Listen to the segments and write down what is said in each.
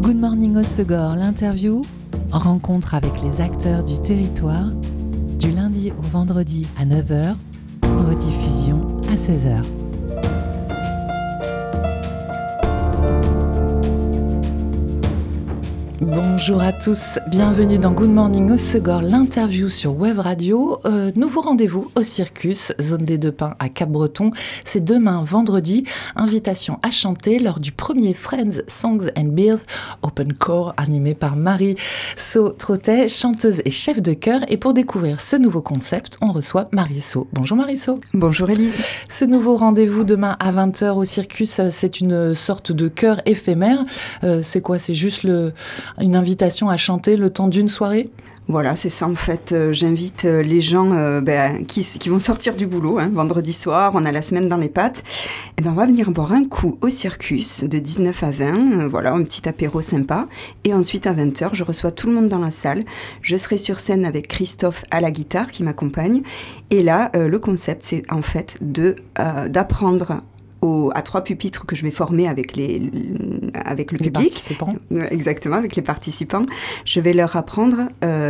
Good Morning Hossegor, l'interview, rencontre avec les acteurs du territoire, du lundi au vendredi à 9h, rediffusion à 16h. Bonjour à tous, bienvenue dans Good Morning Hossegor, l'interview sur Web Radio. Nouveau rendez-vous au Circus, zone des Deux Pins à Cap-Breton. C'est demain vendredi, invitation à chanter lors du premier Friends Songs and Beers Open Core animé par Marie-So Trottet, chanteuse et chef de chœur. Et pour découvrir ce nouveau concept, on reçoit Marie-So. Bonjour Marie-So. Bonjour Élise. Ce nouveau rendez-vous demain à 20h au Circus, c'est une sorte de chœur éphémère. C'est quoi ? C'est juste une invitation à chanter le temps d'une soirée ? Voilà, c'est ça en fait. J'invite les gens qui vont sortir du boulot, vendredi soir, on a la semaine dans les pattes. Et on va venir boire un coup au Circus de 19 à 20, voilà, un petit apéro sympa. Et ensuite à 20h, je reçois tout le monde dans la salle. Je serai sur scène avec Christophe à la guitare qui m'accompagne. Et là, le concept, c'est en fait d'apprendre à 3 pupitres que je vais former avec le public. Participants. Exactement, avec les participants. Je vais leur apprendre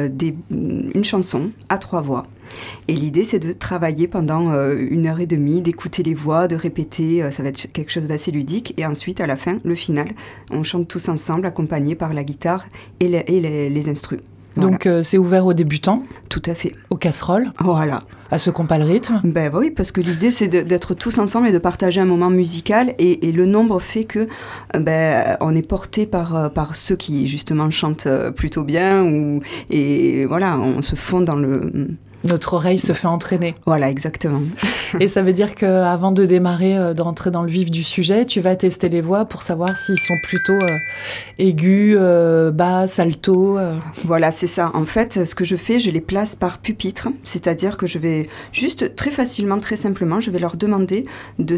une chanson à 3 voix. Et l'idée, c'est de travailler pendant 1h30, d'écouter les voix, de répéter. Ça va être quelque chose d'assez ludique. Et ensuite, à la fin, le final, on chante tous ensemble, accompagnés par la guitare et les instrus. Voilà. Donc, c'est ouvert aux débutants ? Tout à fait. Aux casseroles ? Voilà. À ceux qui n'ont pas le rythme ? Ben oui, parce que l'idée, c'est d'être tous ensemble et de partager un moment musical. Et le nombre fait que on est porté par ceux qui, justement, chantent plutôt bien. Et voilà, on se fond dans le... Notre oreille se fait entraîner. Voilà, exactement. Et ça veut dire qu'avant de démarrer, d'entrer dans le vif du sujet, tu vas tester les voix pour savoir s'ils sont plutôt aigus, basses, alto. Voilà, c'est ça. En fait, ce que je fais, je les place par pupitre. C'est-à-dire que je vais juste très facilement, très simplement, je vais leur demander de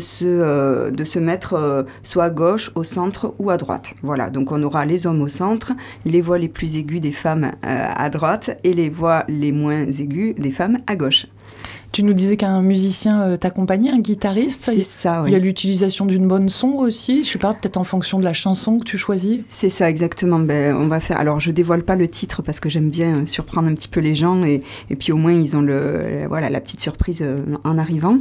se mettre soit à gauche, au centre ou à droite. Voilà, donc on aura les hommes au centre, les voix les plus aiguës des femmes à droite et les voix les moins aiguës des femmes à gauche. Tu nous disais qu'un musicien t'accompagnait, un guitariste. C'est ça, oui. Il y a l'utilisation d'une bonne son aussi, je sais pas, peut-être en fonction de la chanson que tu choisis. C'est ça, exactement. On va faire... Alors, je dévoile pas le titre parce que j'aime bien surprendre un petit peu les gens et puis au moins, ils ont la petite surprise en arrivant.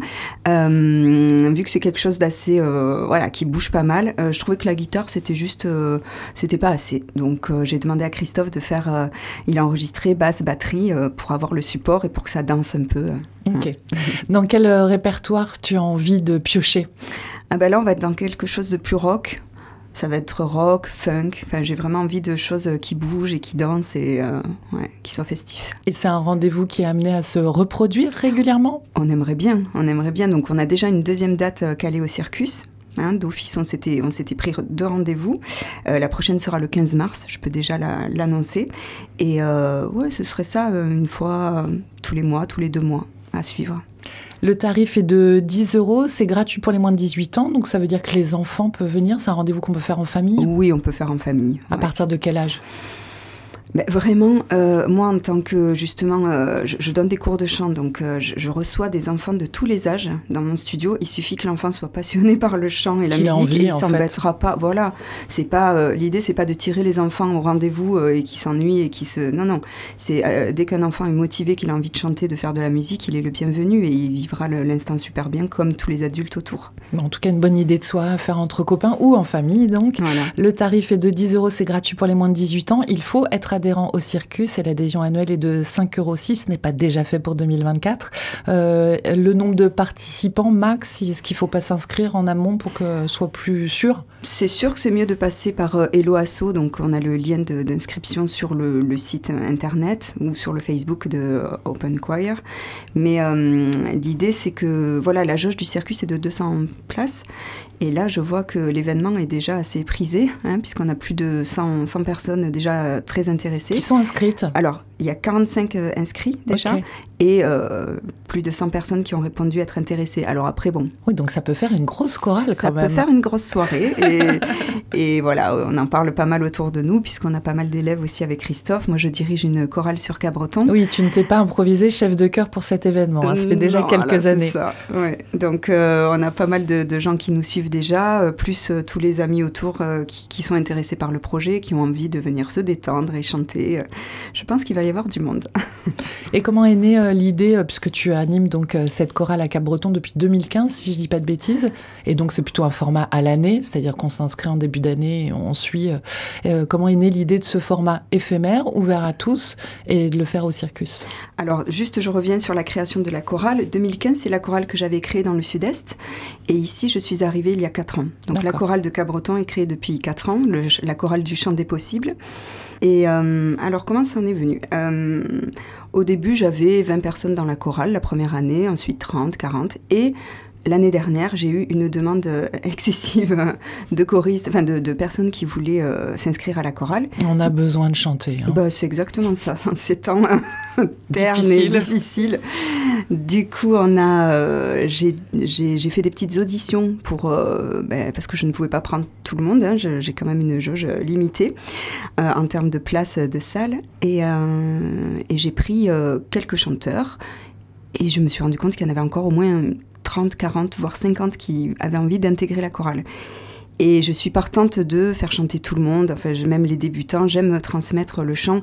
Vu que c'est quelque chose d'assez... qui bouge pas mal, je trouvais que la guitare, c'était pas assez. Donc, j'ai demandé à Christophe de faire... il a enregistré basse, batterie pour avoir le support et pour que ça danse un peu. Ok. Dans quel répertoire tu as envie de piocher ? Là, on va être dans quelque chose de plus rock. Ça va être rock, funk. Enfin, j'ai vraiment envie de choses qui bougent et qui dansent et qui soient festifs. Et c'est un rendez-vous qui est amené à se reproduire régulièrement ? On aimerait bien. Donc, on a déjà une deuxième date calée au Circus. D'office, on s'était pris 2 rendez-vous. La prochaine sera le 15 mars, je peux déjà l'annoncer. Et ce serait ça, une fois tous les mois, tous les 2 mois à suivre. Le tarif est de 10 €, c'est gratuit pour les moins de 18 ans, donc ça veut dire que les enfants peuvent venir, c'est un rendez-vous qu'on peut faire en famille ? Oui, on peut faire en famille. À partir de quel âge ? Vraiment, moi en tant que justement, je donne des cours de chant, donc je reçois des enfants de tous les âges dans mon studio. Il suffit que l'enfant soit passionné par le chant et la musique et il s'embêtera pas. Voilà, c'est pas l'idée, c'est pas de tirer les enfants au rendez-vous et qu'ils s'ennuient et non. C'est dès qu'un enfant est motivé, qu'il a envie de chanter, de faire de la musique, il est le bienvenu et il vivra l'instant super bien comme tous les adultes autour. En tout cas, une bonne idée de soirée à faire entre copains ou en famille, donc. Voilà. Le tarif est de 10 €, c'est gratuit pour les moins de 18 ans. Il faut être adhérent au Circus et l'adhésion annuelle est de 5 € si ce n'est pas déjà fait pour 2024. Le nombre de participants max, est-ce qu'il ne faut pas s'inscrire en amont pour que ce soit plus sûr ? C'est sûr que c'est mieux de passer par Hello Asso, donc on a le lien d'inscription sur le site internet ou sur le Facebook de Open Choir. Mais l'idée, c'est que la jauge du Circus est de 200 places. Et là, je vois que l'événement est déjà assez prisé, puisqu'on a plus de 100 personnes déjà très intéressées. Qui sont inscrites ? Alors, il y a 45 inscrits déjà, et plus de 100 personnes qui ont répondu être intéressées. Alors après, bon... Oui, donc ça peut faire une grosse chorale quand même. Ça peut faire une grosse soirée, et voilà, on en parle pas mal autour de nous, puisqu'on a pas mal d'élèves aussi avec Christophe. Moi, je dirige une chorale sur Cabreton. Oui, tu ne t'es pas improvisé chef de chœur pour cet événement, hein. Ça fait déjà quelques années. C'est ça, ouais. Donc, on a pas mal de gens qui nous suivent déjà, plus tous les amis autour qui sont intéressés par le projet, qui ont envie de venir se détendre et chanter. Je pense qu'il va y avoir du monde. Et comment est née l'idée, puisque tu animes donc cette chorale à Cabreton depuis 2015, si je dis pas de bêtises, et donc c'est plutôt un format à l'année, c'est-à-dire qu'on s'inscrit en début d'année et on suit. Comment est née l'idée de ce format éphémère, ouvert à tous, et de le faire au Circus? Alors, juste, je reviens sur la création de la chorale. 2015, c'est la chorale que j'avais créée dans le Sud-Est, et ici, je suis arrivée il y a 4 ans. Donc, la chorale de Cabreton est créée depuis 4 ans, la chorale du Chant des Possibles. Et alors, comment ça en est venu? Au début, j'avais 20 personnes dans la chorale la première année, ensuite 30, 40. Et l'année dernière, j'ai eu une demande excessive de choristes, enfin de personnes qui voulaient s'inscrire à la chorale. On a besoin de chanter. Hein. Bah, c'est exactement ça. C'est temps ternes et difficile. Du coup, j'ai fait des petites auditions parce que je ne pouvais pas prendre tout le monde. Hein. J'ai quand même une jauge limitée en termes de place de salle. Et j'ai pris quelques chanteurs. Et je me suis rendu compte qu'il y en avait encore au moins 30, 40, voire 50 qui avaient envie d'intégrer la chorale. Et je suis partante de faire chanter tout le monde, enfin même les débutants. J'aime transmettre le chant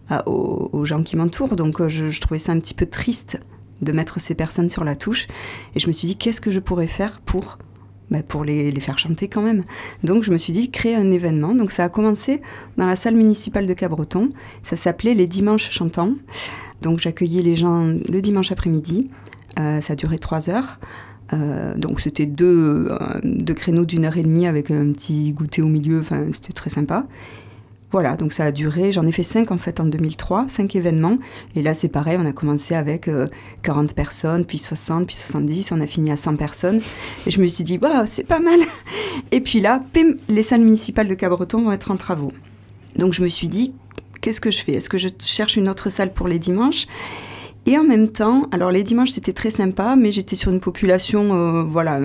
aux gens qui m'entourent. Donc je trouvais ça un petit peu triste de mettre ces personnes sur la touche. Et je me suis dit, qu'est-ce que je pourrais faire pour les faire chanter quand même. Donc je me suis dit, créer un événement. Donc ça a commencé dans la salle municipale de Cabreton. Ça s'appelait les Dimanches Chantants. Donc j'accueillais les gens le dimanche après-midi. Ça a duré 3 heures. Donc c'était deux créneaux d'1h30 avec un petit goûter au milieu. Enfin, c'était très sympa. Voilà, donc ça a duré, j'en ai fait 5 en fait en 2003, 5 événements. Et là c'est pareil, on a commencé avec 40 personnes, puis 60, puis 70, on a fini à 100 personnes. Et je me suis dit, bah, c'est pas mal. Et puis là, pim, les salles municipales de Cabreton vont être en travaux. Donc je me suis dit, qu'est-ce que je fais? Est-ce que je cherche une autre salle pour les dimanches? Et en même temps, alors les dimanches c'était très sympa, mais j'étais sur une population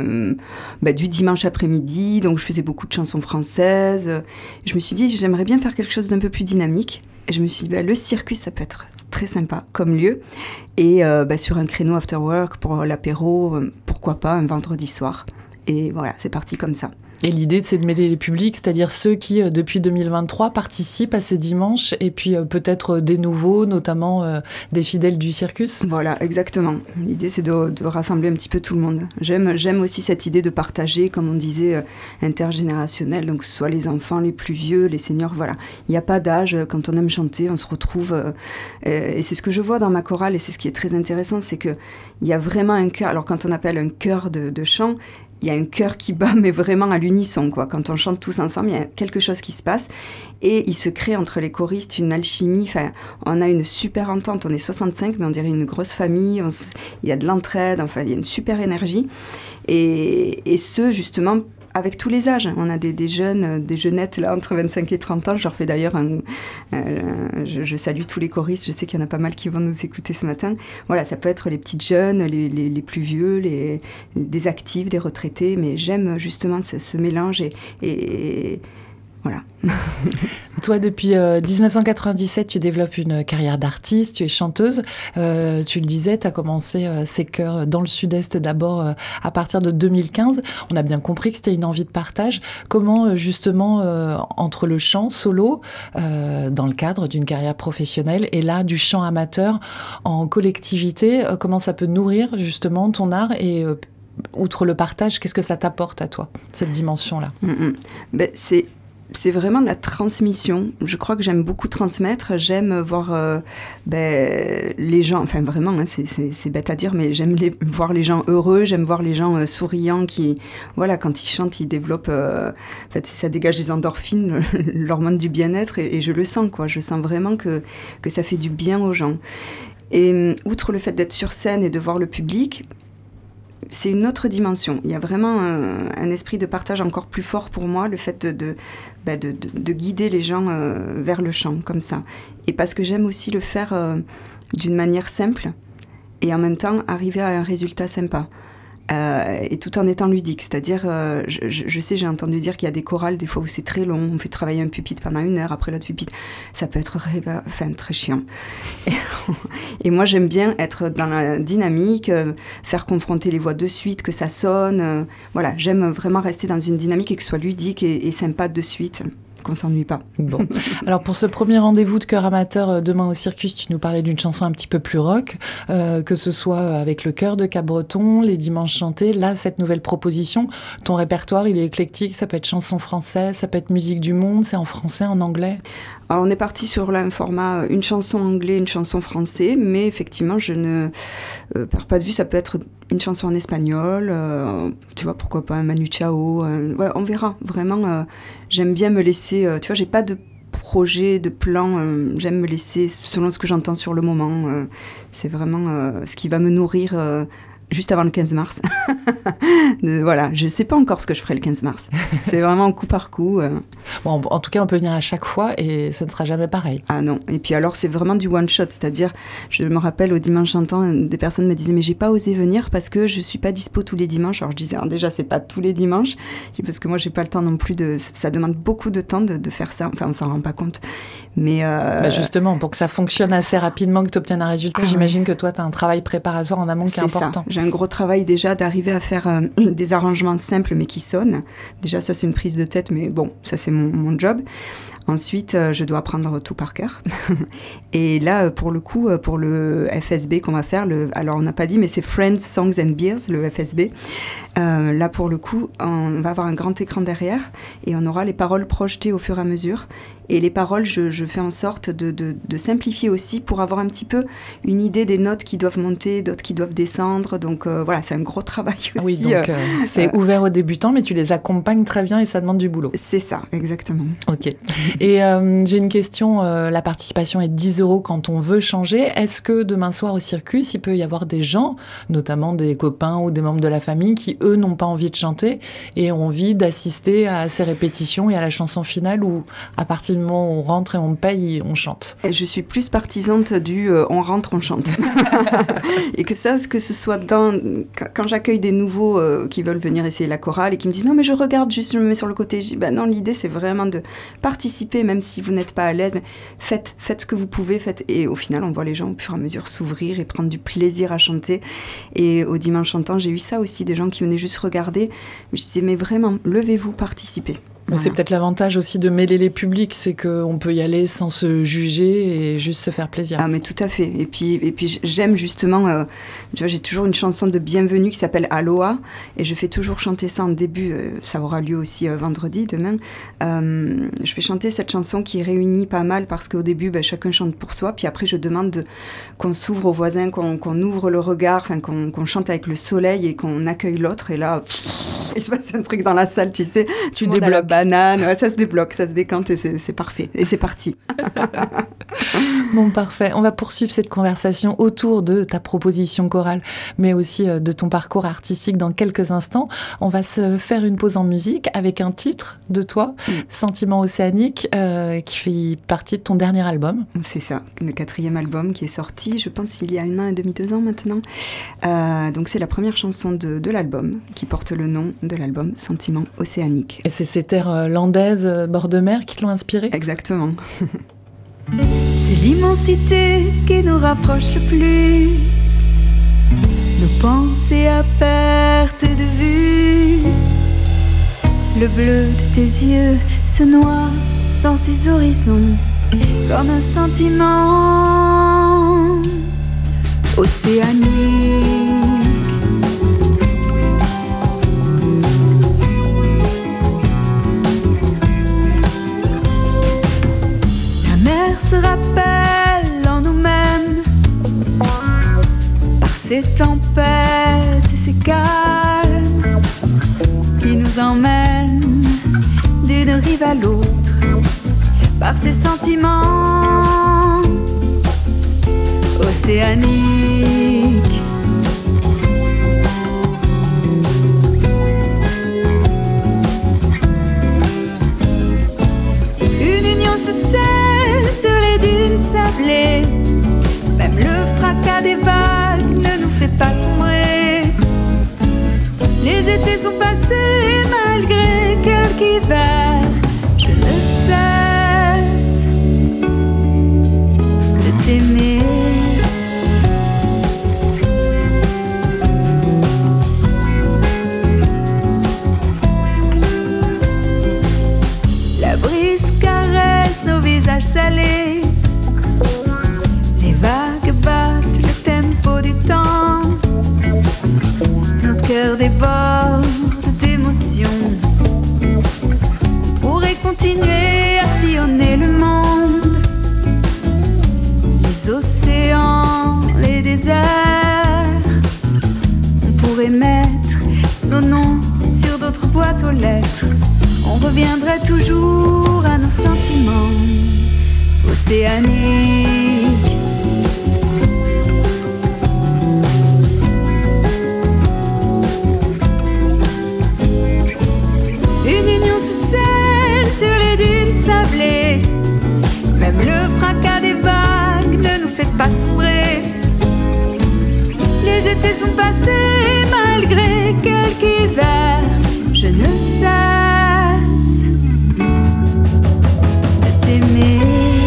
du dimanche après-midi, donc je faisais beaucoup de chansons françaises. Je me suis dit, j'aimerais bien faire quelque chose d'un peu plus dynamique. Et je me suis dit, le circus, ça peut être très sympa comme lieu. Et sur un créneau after work pour l'apéro, pourquoi pas un vendredi soir. Et voilà, c'est parti comme ça. Et l'idée, c'est de mêler les publics, c'est-à-dire ceux qui, depuis 2023, participent à ces dimanches, et puis peut-être des nouveaux, notamment des fidèles du circus. Voilà, exactement. L'idée, c'est de rassembler un petit peu tout le monde. J'aime aussi cette idée de partager, comme on disait, intergénérationnel, donc que ce soit les enfants, les plus vieux, les seniors, voilà. Il n'y a pas d'âge, quand on aime chanter, on se retrouve. Et c'est ce que je vois dans ma chorale, et c'est ce qui est très intéressant, c'est qu'il y a vraiment un chœur. Alors quand on appelle un chœur de chant, il y a un cœur qui bat, mais vraiment à l'unisson, quoi. Quand on chante tous ensemble, il y a quelque chose qui se passe. Et il se crée entre les choristes une alchimie. Enfin, on a une super entente. On est 65, mais on dirait une grosse famille. Il y a de l'entraide. Enfin, il y a une super énergie. Et ce, justement, avec tous les âges. On a des jeunes, des jeunettes, là, entre 25 et 30 ans. Je leur fais d'ailleurs je salue tous les choristes. Je sais qu'il y en a pas mal qui vont nous écouter ce matin. Voilà, ça peut être les petites jeunes, les plus vieux, des actifs, des retraités. Mais j'aime justement ce mélange et voilà. Toi, depuis 1997, tu développes une carrière d'artiste, tu es chanteuse. Tu le disais, tu as commencé ces chœurs dans le Sud-Est d'abord à partir de 2015. On a bien compris que c'était une envie de partage. Comment, justement, entre le chant solo, dans le cadre d'une carrière professionnelle, et là, du chant amateur en collectivité, comment ça peut nourrir, justement, ton art et outre le partage, qu'est-ce que ça t'apporte à toi, cette dimension-là? C'est vraiment de la transmission. Je crois que j'aime beaucoup transmettre. J'aime voir les gens... Enfin, vraiment, hein, c'est bête à dire, mais j'aime voir les gens heureux. J'aime voir les gens souriants qui... Voilà, quand ils chantent, ils développent... en fait, ça dégage les endorphines, l'hormone du bien-être. Et je le sens, quoi. Je sens vraiment que ça fait du bien aux gens. Et outre le fait d'être sur scène et de voir le public... c'est une autre dimension. Il y a vraiment un esprit de partage encore plus fort pour moi, le fait de guider les gens vers le chant, comme ça. Et parce que j'aime aussi le faire d'une manière simple et en même temps arriver à un résultat sympa. Et tout en étant ludique, c'est-à-dire, je sais, j'ai entendu dire qu'il y a des chorales des fois où c'est très long, on fait travailler un pupitre pendant 1 heure, après l'autre pupitre, ça peut être très chiant. Et moi j'aime bien être dans la dynamique, faire confronter les voix de suite, que ça sonne, voilà, j'aime vraiment rester dans une dynamique et que ce soit ludique et sympa de suite. Qu'on s'ennuie pas. Bon. Alors pour ce premier rendez-vous de Chœur Amateur demain au Circus, tu nous parlais d'une chanson un petit peu plus rock, que ce soit avec le chœur de Cap-Breton, les Dimanches chantés. Là, cette nouvelle proposition, ton répertoire, il est éclectique, ça peut être chanson française, ça peut être musique du monde, c'est en français, en anglais? Alors on est parti sur là, un format, une chanson anglais, une chanson français, mais effectivement, je ne perds pas de vue, ça peut être une chanson en espagnol, tu vois, pourquoi pas un Manu Chao, ouais, on verra, vraiment, j'aime bien me laisser, tu vois, j'ai pas de projet, de plan, j'aime me laisser selon ce que j'entends sur le moment, c'est vraiment ce qui va me nourrir juste avant le 15 mars. Voilà, je ne sais pas encore ce que je ferai le 15 mars. C'est vraiment coup par coup. Bon, en tout cas, on peut venir à chaque fois et ça ne sera jamais pareil. Ah non, et puis alors c'est vraiment du one shot, c'est-à-dire, je me rappelle au dimanche chantant, des personnes me disaient mais j'ai pas osé venir parce que je suis pas dispo tous les dimanches. Alors je disais déjà c'est pas tous les dimanches, parce que moi j'ai pas le temps non plus ça demande beaucoup de temps de faire ça, enfin on s'en rend pas compte. Mais justement, pour que ça fonctionne assez rapidement, que tu obtiennes un résultat, j'imagine que toi tu as un travail préparatoire en amont qui est important. J'ai un gros travail déjà d'arriver à faire des arrangements simples mais qui sonnent. Déjà ça c'est une prise de tête, mais bon, ça c'est mon job. Ensuite, je dois apprendre tout par cœur. Et là, pour le coup, pour le FSB qu'on va faire, alors on n'a pas dit, mais c'est Friends, Songs and Beers, le FSB. Là, pour le coup, on va avoir un grand écran derrière et on aura les paroles projetées au fur et à mesure. Et les paroles, je fais en sorte de simplifier aussi pour avoir un petit peu une idée des notes qui doivent monter, d'autres qui doivent descendre. Donc voilà, c'est un gros travail aussi. Oui, donc c'est ouvert aux débutants, mais tu les accompagnes très bien et ça demande du boulot. C'est ça, exactement. Ok. Et j'ai une question, la participation est de 10 € quand on veut changer. Est-ce que demain soir au Circus, il peut y avoir des gens, notamment des copains ou des membres de la famille, qui eux n'ont pas envie de chanter et ont envie d'assister à ces répétitions et à la chanson finale où à partir du moment où on rentre et on paye, on chante? Et je suis plus partisante du on rentre, on chante. Et que ce soit quand j'accueille des nouveaux qui veulent venir essayer la chorale et qui me disent non mais je regarde juste, je me mets sur le côté. Je dis non, l'idée c'est vraiment de participer même si vous n'êtes pas à l'aise, mais faites ce que vous pouvez, et au final on voit les gens au fur et à mesure s'ouvrir et prendre du plaisir à chanter. Et au dimanche chantant, j'ai eu ça aussi, des gens qui venaient juste regarder. Je disais mais vraiment, levez-vous, participez. Voilà. C'est peut-être l'avantage aussi de mêler les publics, c'est qu'on peut y aller sans se juger et juste se faire plaisir. Ah mais tout à fait. Et puis j'aime justement, tu vois, j'ai toujours une chanson de bienvenue qui s'appelle Aloha et je fais toujours chanter ça en début. Ça aura lieu aussi vendredi, demain. Je fais chanter cette chanson qui réunit pas mal parce qu'au début, chacun chante pour soi. Puis après, je demande qu'on s'ouvre aux voisins, qu'on ouvre le regard, qu'on chante avec le soleil et qu'on accueille l'autre. Et là, il se passe un truc dans la salle, tu sais. Tu débloques. Banane, ouais, ça se débloque, ça se décante et c'est parfait. Et c'est parti. Bon, parfait. On va poursuivre cette conversation autour de ta proposition chorale, mais aussi de ton parcours artistique dans quelques instants. On va se faire une pause en musique avec un titre de toi, Sentiment océanique, qui fait partie de ton dernier album. C'est ça, le 4e album qui est sorti, je pense, il y a 1 an et demi, 2 ans maintenant. Donc c'est la première chanson de l'album qui porte le nom de l'album, Sentiment océanique. Et c'est ces terres landaises, bord de mer, qui l'ont inspiré? Exactement. C'est l'immensité qui nous rapproche le plus, nos pensées à perte de vue. Le bleu de tes yeux se noie dans ces horizons comme un sentiment océanique. Se rappelle en nous-mêmes par ces tempêtes et ces calmes qui nous emmènent d'une rive à l'autre par ces sentiments océaniques. sablés. Même le fracas des vagues ne nous fait pas sombrer. Les étés sont passés malgré quelques hivers. Je ne cesse de t'aimer. La brise caresse nos visages salés. Les vagues battent le tempo du temps. Nos cœurs débordent d'émotions. On pourrait continuer à sillonner le monde. Les océans, les déserts. On pourrait mettre nos noms sur d'autres boîtes aux lettres. On reviendrait toujours à nos sentiments océaniques. Une union se scelle sur les dunes sablées. Même le fracas des vagues ne nous fait pas sombrer. Les étés sont passés malgré quelques hivers. Je ne cesse de t'aimer.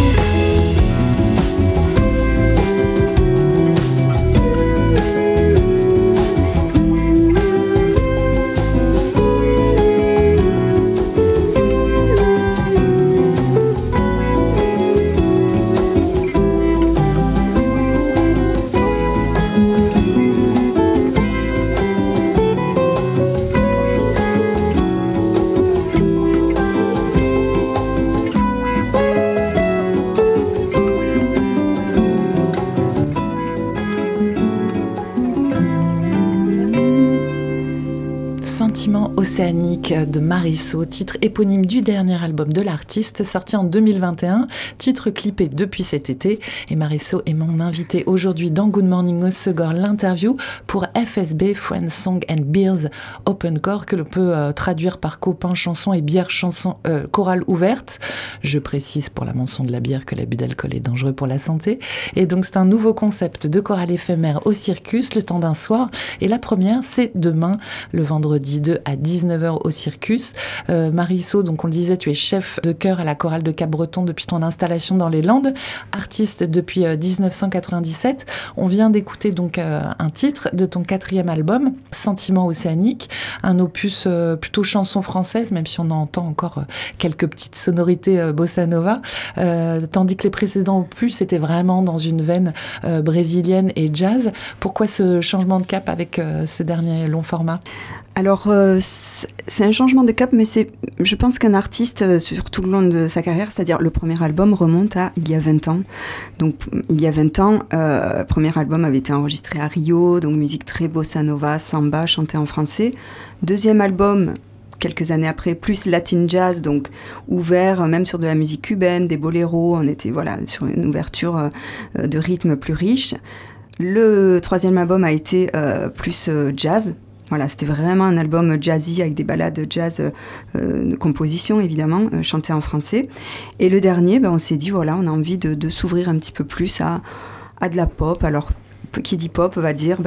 Océanique de Marisso, titre éponyme du dernier album de l'artiste sorti en 2021, titre clippé depuis cet été. Et Marisso est mon invité aujourd'hui dans Good Morning Osegor, l'interview pour FSB, Friends Song and Beers Open Core, que l'on peut traduire par copains, chansons et bière, chanson chorale ouverte. Je précise pour la mention de la bière que l'abus d'alcool est dangereux pour la santé. Et donc c'est un nouveau concept de chorale éphémère au Circus, le temps d'un soir. Et la première, c'est demain, le vendredi 2 à 19h au Circus. Marisso, donc on le disait, tu es chef de chœur à la chorale de Cap-Breton depuis ton installation dans les Landes, artiste depuis 1997. On vient d'écouter donc un titre de ton 4e album, Sentiment océanique, un opus plutôt chanson française, même si on entend encore quelques petites sonorités bossa nova, tandis que les précédents opus étaient vraiment dans une veine brésilienne et jazz. Pourquoi ce changement de cap avec ce dernier long format ? Alors, c'est un changement de cap, mais je pense qu'un artiste, sur tout le long de sa carrière, c'est-à-dire le premier album remonte à il y a 20 ans. Donc, il y a 20 ans, le premier album avait été enregistré à Rio, donc musique très bossa nova, samba, chantée en français. Deuxième album, quelques années après, plus latin jazz, donc ouvert même sur de la musique cubaine, des boléros, on était sur une ouverture de rythme plus riche. Le troisième album a été plus jazz. Voilà, c'était vraiment un album jazzy avec des ballades jazz de composition, évidemment, chantées en français. Et le dernier, on s'est dit, on a envie de s'ouvrir un petit peu plus à de la pop. Alors, qui dit pop va dire,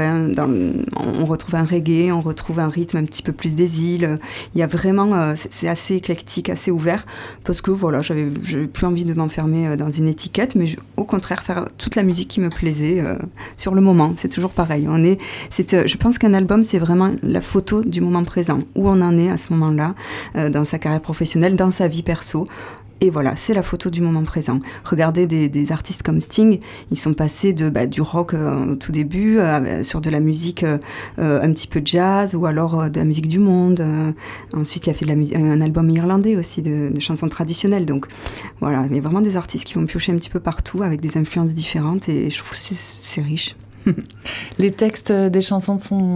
on retrouve un reggae, on retrouve un rythme un petit peu plus des îles. Il y a vraiment, c'est assez éclectique, assez ouvert, parce que j'avais plus envie de m'enfermer dans une étiquette, mais au contraire faire toute la musique qui me plaisait sur le moment. C'est toujours pareil. Je pense qu'un album, c'est vraiment la photo du moment présent, où on en est à ce moment-là, dans sa carrière professionnelle, dans sa vie perso. Et voilà, c'est la photo du moment présent. Regardez des artistes comme Sting, ils sont passés du rock au tout début, sur de la musique un petit peu jazz, ou alors de la musique du monde. Ensuite, il a fait un album irlandais aussi, de chansons traditionnelles. Donc voilà, il y a vraiment des artistes qui vont piocher un petit peu partout, avec des influences différentes, et je trouve que c'est riche. Les textes des chansons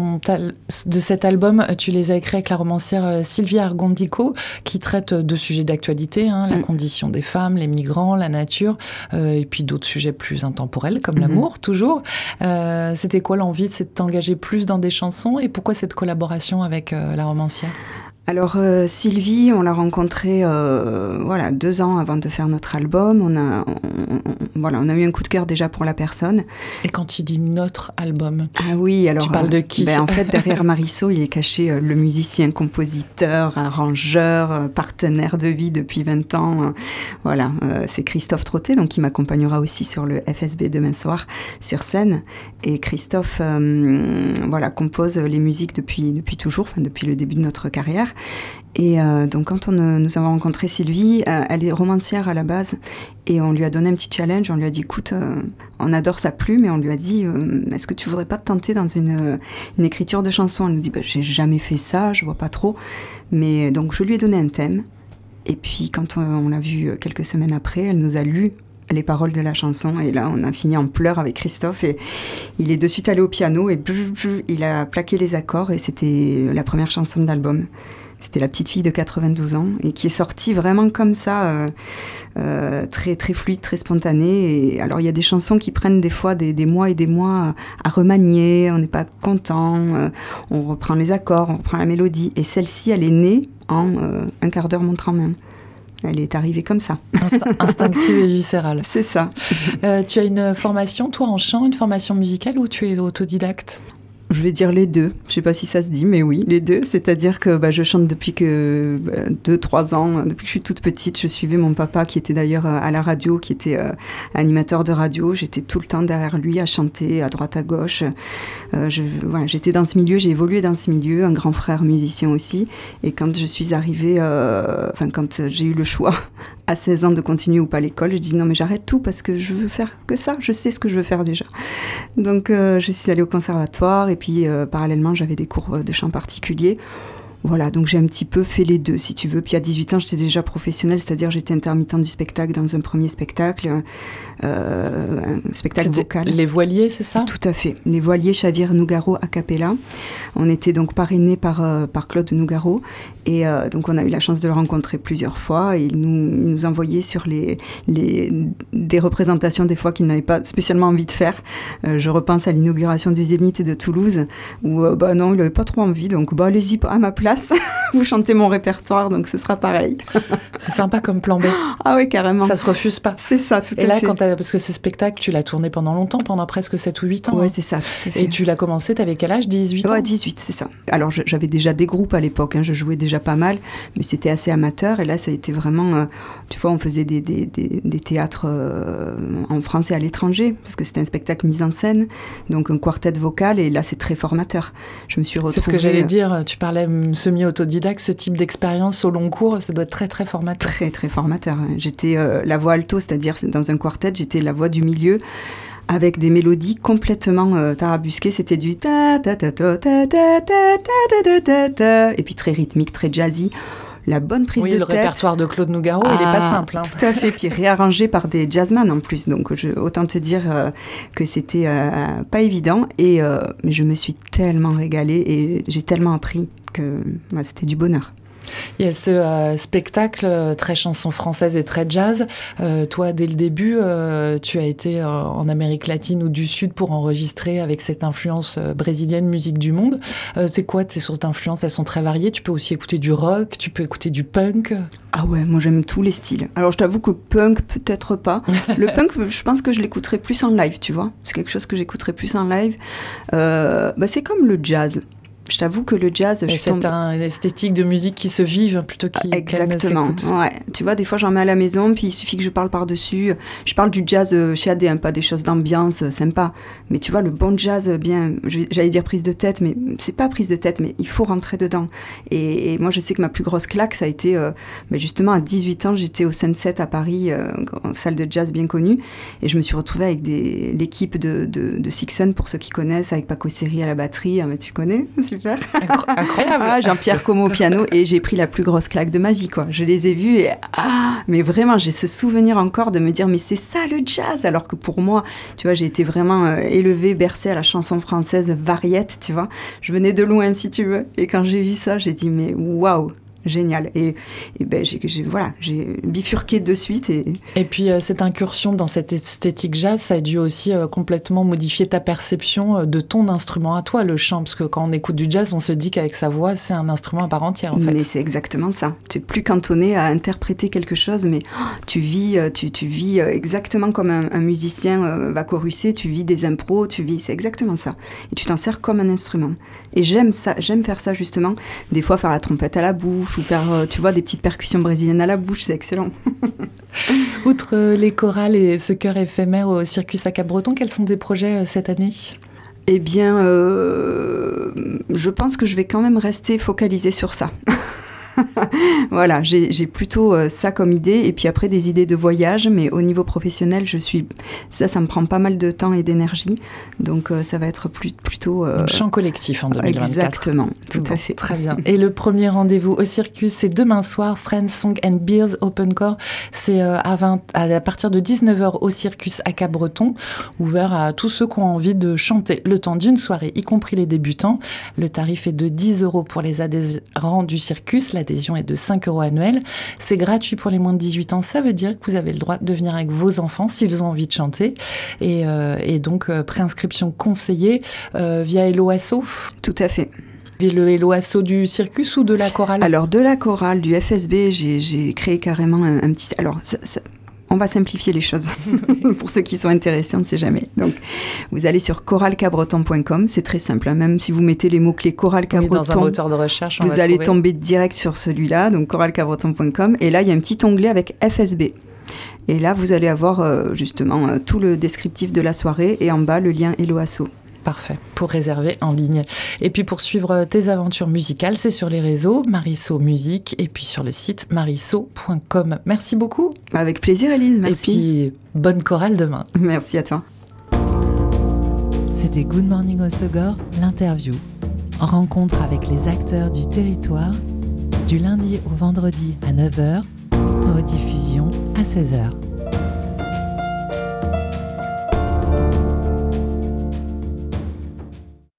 de cet album, tu les as écrits avec la romancière Sylvia Argondico, qui traite de sujets d'actualité, la condition des femmes, les migrants, la nature, et puis d'autres sujets plus intemporels, comme l'amour, toujours. C'était quoi l'envie? C'est de t'engager plus dans des chansons, et pourquoi cette collaboration avec la romancière? Alors Sylvie, on l'a rencontrée 2 ans avant de faire notre album. On a eu un coup de cœur déjà pour la personne. Et quand tu dis notre album, ah oui, alors tu parles de qui? En fait, derrière Mariceau, il est caché le musicien, compositeur, arrangeur, partenaire de vie depuis 20 ans. C'est Christophe Trottet, donc qui m'accompagnera aussi sur le FSB demain soir sur scène. Et Christophe, compose les musiques depuis toujours, depuis le début de notre carrière. Et donc quand nous avons rencontré Sylvie, elle est romancière à la base, et on lui a donné un petit challenge. On lui a dit, écoute, on adore sa plume, et on lui a dit, est-ce que tu voudrais pas te tenter dans une écriture de chansons? Elle nous dit, j'ai jamais fait ça, je vois pas trop. Mais donc je lui ai donné un thème, et puis quand on l'a vue quelques semaines après, elle nous a lu les paroles de la chanson, et là on a fini en pleurs avec Christophe, et il est de suite allé au piano et il a plaqué les accords, et c'était la première chanson de l'album. C'était La petite fille de 92 ans, et qui est sortie vraiment comme ça, très, très fluide, très spontanée. Et alors il y a des chansons qui prennent des fois des mois et des mois à remanier, on n'est pas content, on reprend les accords, on reprend la mélodie, et celle-ci elle est née en un quart d'heure montre en main. Elle est arrivée comme ça. Instinctive et viscérale. C'est ça. Tu as une formation, toi, en chant, une formation musicale, ou tu es autodidacte? Je vais dire les deux. Je ne sais pas si ça se dit, mais oui, les deux. C'est-à-dire que je chante depuis 2-3 ans. Depuis que je suis toute petite, je suivais mon papa, qui était d'ailleurs à la radio, qui était animateur de radio. J'étais tout le temps derrière lui à chanter à droite à gauche. J'étais dans ce milieu, j'ai évolué dans ce milieu. Un grand frère musicien aussi. Et quand je suis arrivée, quand j'ai eu le choix à 16 ans de continuer ou pas l'école, je dis non, mais j'arrête tout parce que je veux faire que ça. Je sais ce que je veux faire déjà. Donc je suis allée au conservatoire, et puis parallèlement j'avais des cours de chant particuliers. Voilà, donc j'ai un petit peu fait les deux, si tu veux. Puis à 18 ans, j'étais déjà professionnelle, c'est-à-dire j'étais intermittente du spectacle dans un premier spectacle, un spectacle vocal. Les Voiliers, c'est ça? Tout à fait. Les Voiliers, Chavir Nougaro a cappella. On était donc parrainés par Claude Nougaro, et donc on a eu la chance de le rencontrer plusieurs fois, et il nous envoyait sur des représentations des fois qu'il n'avait pas spécialement envie de faire. Je repense à l'inauguration du Zénith de Toulouse, où non, il n'avait pas trop envie, donc allez-y à ma place. Vous chantez mon répertoire, donc ce sera pareil. C'est sympa comme plan B. Ah oui, carrément. Ça se refuse pas. C'est ça, tout à fait. Et là, parce que ce spectacle, tu l'as tourné pendant longtemps, pendant presque 7 ou 8 ans. Oui, c'est ça, tout à fait. Et tu l'as commencé, t'avais quel âge? 18 ans? Ouais, 18, c'est ça. Alors, j'avais déjà des groupes à l'époque, je jouais déjà pas mal, mais c'était assez amateur, et là, ça a été vraiment... tu vois, on faisait des théâtres en France et à l'étranger, parce que c'était un spectacle mis en scène, donc un quartet vocal, et là, c'est très formateur. Je me suis retrouvée... C'est ce que j'allais dire, tu parlais semi-autodidacte, ce type d'expérience au long cours, ça doit être très, très formateur. Très, très formateur. J'étais la voix alto, c'est-à-dire dans un quartet, j'étais la voix du milieu, avec des mélodies complètement tarabusquées. C'était du ta ta ta ta ta ta ta ta ta, et puis très rythmique, très jazzy. La bonne prise de tête. Oui, le répertoire de Claude Nougaro, il n'est pas simple. Tout à fait, puis réarrangé par des jazzman en plus. Donc, autant te dire que c'était pas évident. Mais je me suis tellement régalée, et j'ai tellement appris que c'était du bonheur. Il y a ce spectacle très chanson française et très jazz. Toi, dès le début, tu as été en Amérique latine ou du Sud pour enregistrer avec cette influence brésilienne, musique du monde. C'est quoi tes sources d'influence? Elles sont très variées. Tu peux aussi écouter du rock, tu peux écouter du punk. Ah ouais, moi j'aime tous les styles. Alors je t'avoue que punk, peut-être pas. Le punk, je pense que je l'écouterais plus en live, tu vois. C'est quelque chose que j'écouterais plus en live. C'est comme le jazz. Je t'avoue que le jazz... C'est une esthétique de musique qui se vive plutôt Exactement, ouais. Tu vois, des fois, j'en mets à la maison, puis il suffit que je parle par-dessus. Je parle du jazz chiadé, pas des choses d'ambiance sympa. Mais tu vois, le bon jazz, bien... J'allais dire prise de tête, mais c'est pas prise de tête, mais il faut rentrer dedans. Et moi, je sais que ma plus grosse claque, ça a été... justement, à 18 ans, j'étais au Sunset à Paris, une salle de jazz bien connue, et je me suis retrouvée avec l'équipe de Sixon, pour ceux qui connaissent, avec Paco Seri à la batterie, mais tu connais, super. Incroyable. Jean-Pierre Como au piano, et j'ai pris la plus grosse claque de ma vie, quoi. Je les ai vus et mais vraiment, j'ai ce souvenir encore de me dire, mais c'est ça le jazz, alors que pour moi, tu vois, j'ai été vraiment élevée, bercée à la chanson française variette, tu vois. Je venais de loin, si tu veux, et quand j'ai vu ça, j'ai dit, mais waouh, génial. Et ben, j'ai bifurqué de suite. Et puis, cette incursion dans cette esthétique jazz, ça a dû aussi complètement modifier ta perception de ton instrument à toi, le chant. Parce que quand on écoute du jazz, on se dit qu'avec sa voix, c'est un instrument à part entière, en fait. Mais c'est exactement ça. Tu n'es plus cantonné à interpréter quelque chose, mais tu vis exactement comme un musicien va choruser, tu vis des impros, c'est exactement ça. Et tu t'en sers comme un instrument. Et j'aime faire ça justement. Des fois, faire la trompette à la bouche ou faire, tu vois, des petites percussions brésiliennes à la bouche, c'est excellent. Outre les chorales et ce chœur éphémère au Circus à Cap-Breton, quels sont tes projets cette année ? Eh bien, je pense que je vais quand même rester focalisée sur ça. Voilà, j'ai plutôt ça comme idée, et puis après des idées de voyage, mais au niveau professionnel, ça me prend pas mal de temps et d'énergie, donc ça va être plutôt... chant collectif en 2024. Exactement, tout à fait. Très bien. Et le premier rendez-vous au Circus, c'est demain soir, Friends Song and Beers Open Core, c'est à partir de 19h au Circus à Cap-Breton, ouvert à tous ceux qui ont envie de chanter le temps d'une soirée, y compris les débutants. Le tarif est de 10 € pour les adhérents du Circus, l'adhésion est de 5 € annuels. C'est gratuit pour les moins de 18 ans. Ça veut dire que vous avez le droit de venir avec vos enfants s'ils ont envie de chanter. Et donc, préinscription conseillée via Hello Asso. Tout à fait. Le Hello Asso du Circus ou de la chorale ? Alors, de la chorale, du FSB, j'ai créé carrément un petit... Alors, on va simplifier les choses pour ceux qui sont intéressés, on ne sait jamais. Donc, vous allez sur choralcabreton.com, c'est très simple. Hein, même si vous mettez les mots-clés Chorale Cabreton, dans un moteur de recherche, vous allez tomber direct sur celui-là, donc choralcabreton.com. Et là, il y a un petit onglet avec FSB. Et là, vous allez avoir justement tout le descriptif de la soirée et en bas, le lien Hello Asso. Parfait, pour réserver en ligne. Et puis pour suivre tes aventures musicales, c'est sur les réseaux Marisso Musique et puis sur le site marisso.com. Merci beaucoup. Avec plaisir, Élise, merci. Et puis bonne chorale demain. Merci à toi. C'était Good Morning Hossegor, l'interview. Rencontre avec les acteurs du territoire, du lundi au vendredi à 9h, rediffusion à 16h.